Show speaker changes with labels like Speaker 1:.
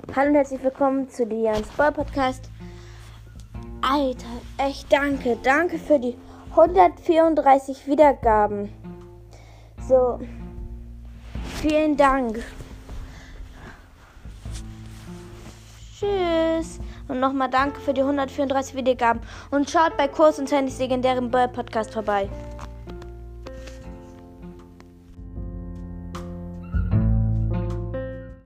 Speaker 1: Hallo und herzlich willkommen zu Lians Ball Podcast. Alter, echt danke. Danke für die 134 Wiedergaben. So, vielen Dank. Tschüss. Und nochmal danke für die 134 Wiedergaben. Und schaut bei Kurs und Tennis legendären Ball Podcast vorbei.